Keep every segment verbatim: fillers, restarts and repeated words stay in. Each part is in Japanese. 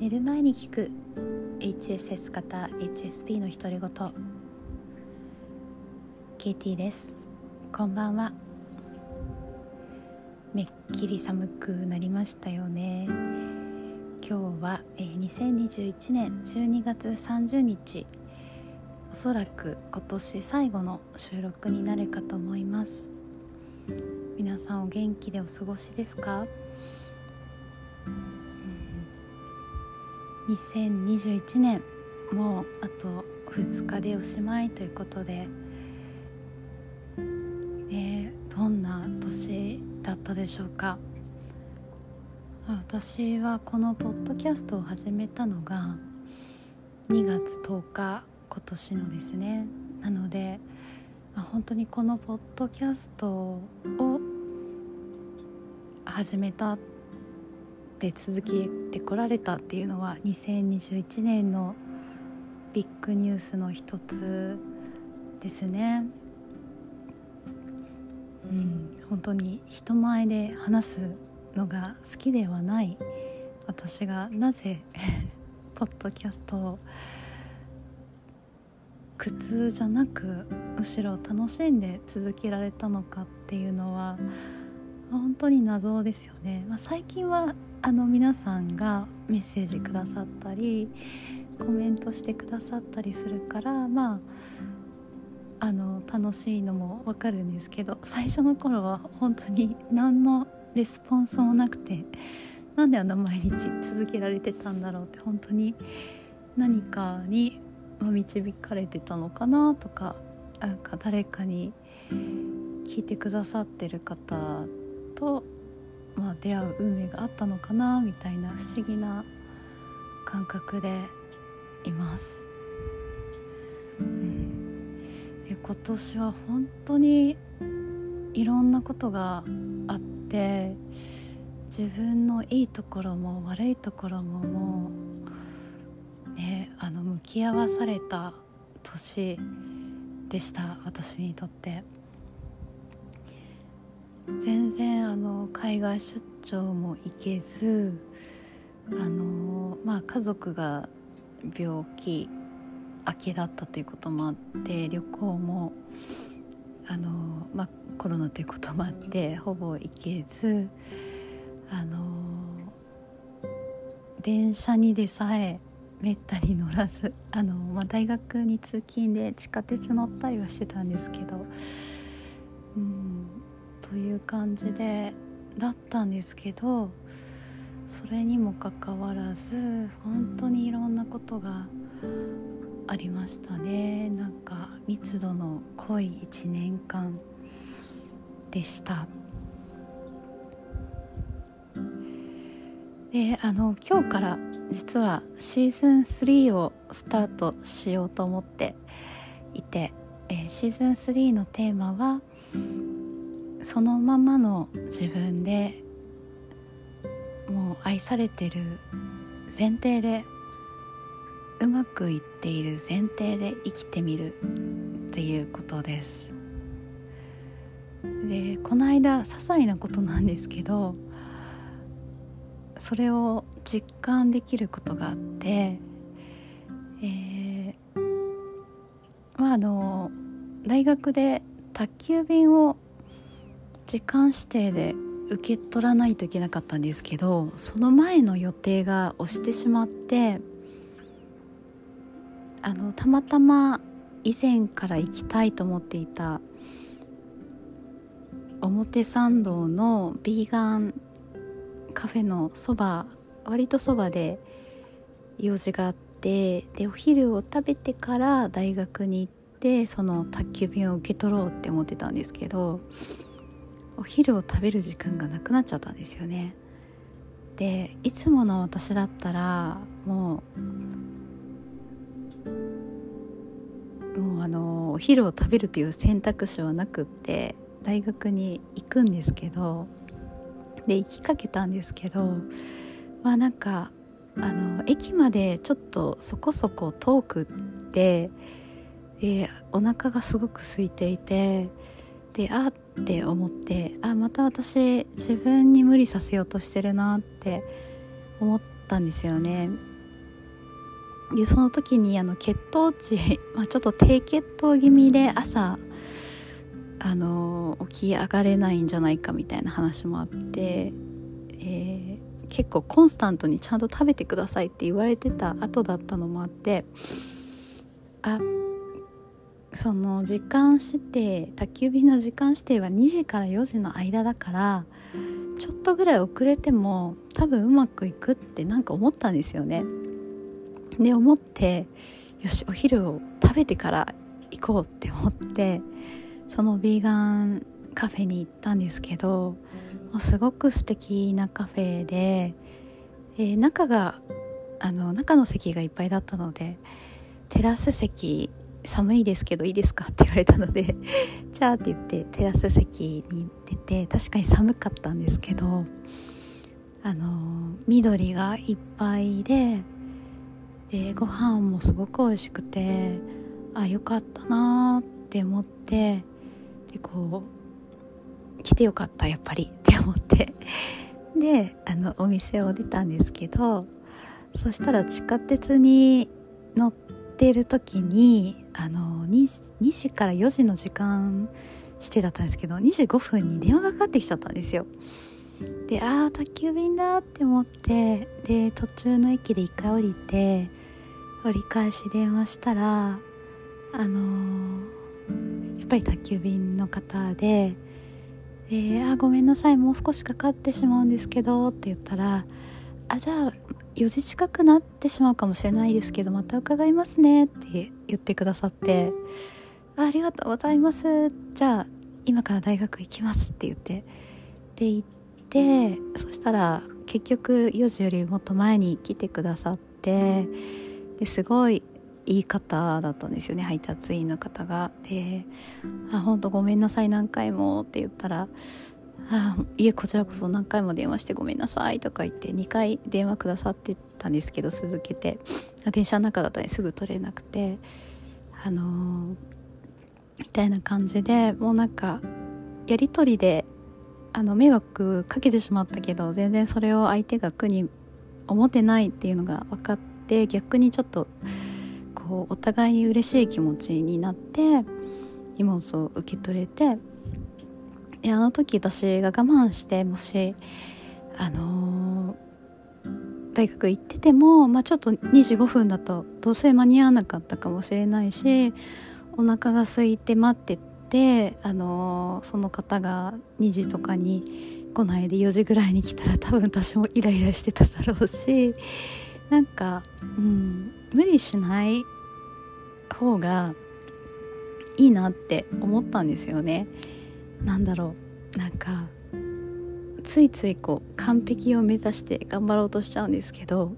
寝る前に聞く エイチエスエス 型 エイチエスピー の独り言、ケイティです。こんばんは。めっきり寒くなりましたよね。今日は、えー、にせんにじゅういちねんじゅうにがつさんじゅうにち、おそらく今年最後の収録になるかと思います。皆さんお元気でお過ごしですか？にせんにじゅういちねんもうあとふつかでおしまいということで、ね、どんな年だったでしょうか。私はこのポッドキャストを始めたのがにがつとおか、今年のですね。なので、まあ、本当にこのポッドキャストを始めたで続けてこられたっていうのはにせんにじゅういちねんのビッグニュースの一つですね。うん、本当に人前で話すのが好きではない私がなぜポッドキャストを苦痛じゃなくむしろ楽しんで続けられたのかっていうのは本当に謎ですよね。まあ、最近はあの皆さんがメッセージくださったりコメントしてくださったりするから、まあ、あの楽しいのもわかるんですけど、最初の頃は本当に何のレスポンスもなくて、なんであんな毎日続けられてたんだろうって、本当に何かに導かれてたのかなとか、なんか誰かに聞いてくださってる方と、まあ、出会う運命があったのかなみたいな不思議な感覚でいます。うん、え今年は本当にいろんなことがあって、自分のいいところも悪いところももうね、あの向き合わされた年でした。私にとって全然あの海外出張も行けず、あの、まあ、家族が病気明けだったということもあって旅行もあの、まあ、コロナということもあってほぼ行けず、あの電車にでさえめったに乗らず、あの、まあ、大学に通勤で地下鉄乗ったりはしてたんですけど、うんという感じでだったんですけど、それにもかかわらず本当にいろんなことがありましたね。なんか密度の濃いいちねんかんでした。で、あの今日から実はシーズンスリーをスタートしようと思っていて、えー、シーズンスリーのテーマはそのままの自分でもう愛されてる前提で、うまくいっている前提で生きてみるっていうことです。で、この間些細なことなんですけど、それを実感できることがあって、えー、まああの大学で宅急便を時間指定で受け取らないといけなかったんですけど、その前の予定が押してしまって、あのたまたま以前から行きたいと思っていた表参道のビーガンカフェのそば、割とそばで用事があって、でお昼を食べてから大学に行ってその宅急便を受け取ろうって思ってたんですけど、お昼を食べる時間がなくなっちゃったんですよね。で、いつもの私だったらもうもうあのお昼を食べるという選択肢はなくって大学に行くんですけど、で行きかけたんですけど、まあなんかあの駅までちょっとそこそこ遠くってでお腹がすごく空いていて、であって思って、あまた私自分に無理させようとしてるなって思ったんですよね。 でその時にあの血糖値、まあ、ちょっと低血糖気味で朝あの起き上がれないんじゃないかみたいな話もあって、えー、結構コンスタントにちゃんと食べてくださいって言われてた後だったのもあって、あその時間指定宅急便の時間指定はにじからよじの間だから、ちょっとぐらい遅れても多分うまくいくってなんか思ったんですよね。で思って、よしお昼を食べてから行こうって思って、そのビーガンカフェに行ったんですけど、もうすごく素敵なカフェで、えー、中があの中の席がいっぱいだったので、テラス席寒いですけどいいですかって言われたのでじゃあって言ってテラス席に出て、確かに寒かったんですけど、あの緑がいっぱいで、でご飯もすごく美味しくて、あよかったなって思って、でこう来てよかったやっぱりって思ってであのお店を出たんですけど、そしたら地下鉄に乗っている時にあの 2, 2時からよじの時間指定だったんですけど、にじごふんに電話がかかってきちゃったんですよ。であー宅急便だって思って、で途中の駅で一回降りて、折り返し電話したら、あのー、やっぱり宅急便の方で、であごめんなさいもう少しかかってしまうんですけどって言ったら、あじゃあよじ近くなってしまうかもしれないですけどまた伺いますねって言ってくださって、 あ, ありがとうございます、じゃあ今から大学行きますって言って、で行って、そしたら結局よじよりもっと前に来てくださって、ですごいいい方だったんですよね、配達員の方が。であ本当ごめんなさい何回もって言ったら、あいえこちらこそ何回も電話してごめんなさいとか言ってにかい電話くださってたんですけど、続けて電車の中だったらすぐ取れなくて、あのー、みたいな感じで、もうなんかやり取りであの迷惑かけてしまったけど全然それを相手が苦に思ってないっていうのが分かって、逆にちょっとこうお互いに嬉しい気持ちになって荷物を受け取れて、であの時私が我慢してもしあのー、大学行ってても、まあ、ちょっとにじごふんだとどうせ間に合わなかったかもしれないし、お腹が空いて待ってて、あのー、その方がにじとかに来ないでよじぐらいに来たら多分私もイライラしてただろうし、なんか、うん、無理しない方がいいなって思ったんですよね。なんだろう、なんかついついこう完璧を目指して頑張ろうとしちゃうんですけど、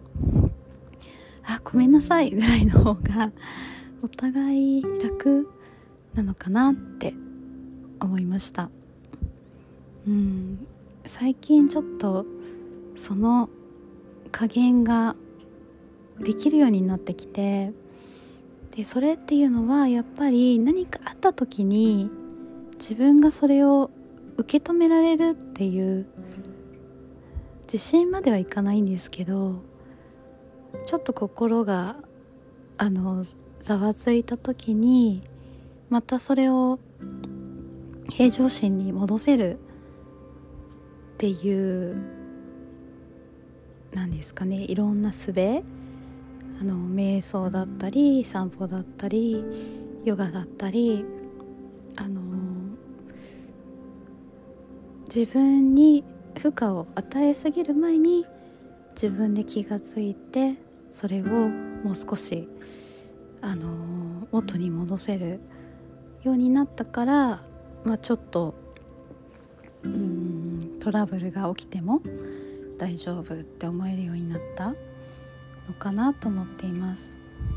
あごめんなさいぐらいの方がお互い楽なのかなって思いました。うん最近ちょっとその加減ができるようになってきて、でそれっていうのはやっぱり何かあった時に自分がそれを受け止められるっていう自信まではいかないんですけど、ちょっと心があのざわついた時にまたそれを平常心に戻せるっていうなんですかね、いろんな術、あの瞑想だったり散歩だったりヨガだったり、あの自分に負荷を与えすぎる前に自分で気がついて、それをもう少しあの元に戻せるようになったから、まあ、ちょっとうーんトラブルが起きても大丈夫って思えるようになったのかなと思っています。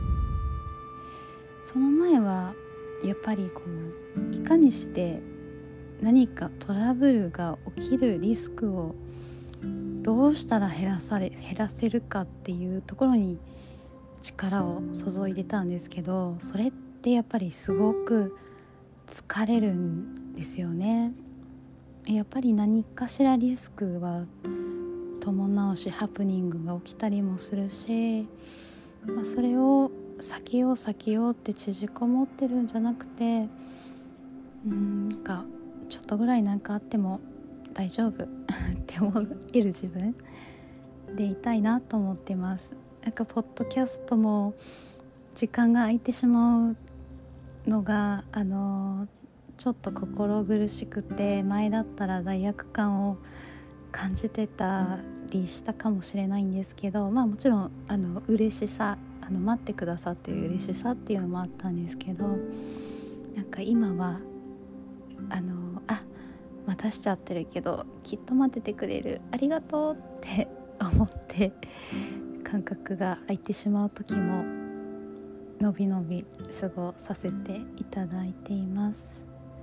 その前はやっぱりこういかにして何かトラブルが起きるリスクをどうしたら減らされ減らせるかっていうところに力を注いでたんですけど、それってやっぱりすごく疲れるんですよね。やっぱり何かしらリスクは伴うし、ハプニングが起きたりもするし、 まあ、それを避けよう避けようって縮こもってるんじゃなくて、うんなんかちょっとぐらいなんかあっても大丈夫って思える自分でいたいなと思ってます。なんかポッドキャストも時間が空いてしまうのがあのちょっと心苦しくて、前だったら罪悪感を感じてたりしたかもしれないんですけど、まあもちろんあの嬉しさ、あの待ってくださっている嬉しさっていうのもあったんですけど、なんか今はあのあ待たしちゃってるけどきっと待っててくれる、ありがとうって思って感覚が空いてしまう時ものびのび過ごさせていただいています。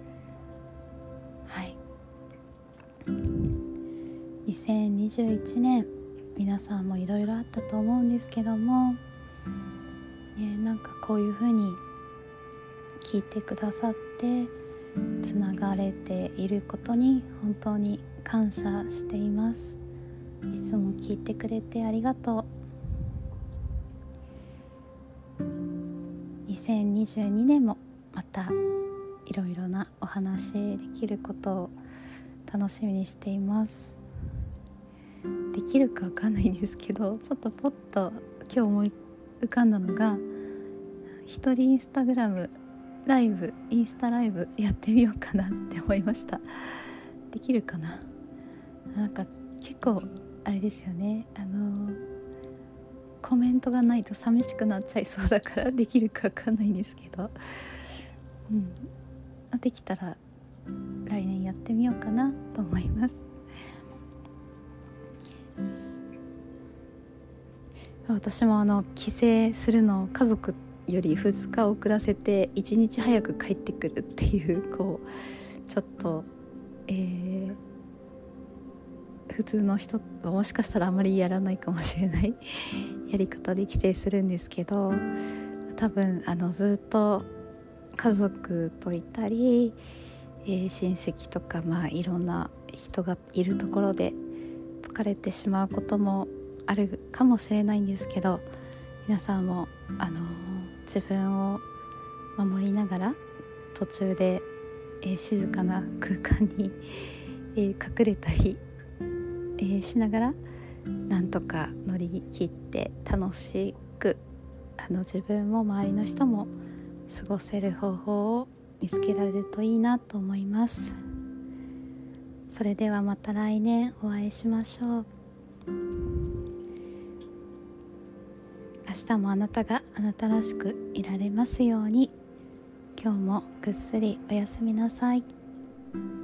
はい、にせんにじゅういちねん皆さんもいろいろあったと思うんですけども、ね、なんかこういうふうに聞いてくださってつながれていることに本当に感謝しています。いつも聞いてくれてありがとう。にせんにじゅうにねんもまたいろいろなお話できることを楽しみにしています。できるかわかんないんですけど、ちょっとポッと今日思い浮かんだのが、一人インスタグラムライブインスタライブやってみようかなって思いました。できるかな。なんか結構あれですよね、あのコメントがないと寂しくなっちゃいそうだからできるかわかんないんですけど、うん、できたら来年やってみようかなと思います。私もあの帰省するのを家族よりふつか遅らせていちにち早く帰ってくるっていうこうちょっと、えー、普通の人ともしかしたらあまりやらないかもしれないやり方で帰省するんですけど、多分あのずっと家族といたり、えー、親戚とか、まあ、いろんな人がいるところで疲れてしまうこともあるかもしれないんですけど、皆さんもあの自分を守りながら途中で、えー、静かな空間に、えー、隠れたり、えー、しながらなんとか乗り切って楽しくあの自分も周りの人も過ごせる方法を見つけられるといいなと思います。それではまた来年お会いしましょう。明日もあなたがあなたらしくいられますように。今日もぐっすりおやすみなさい。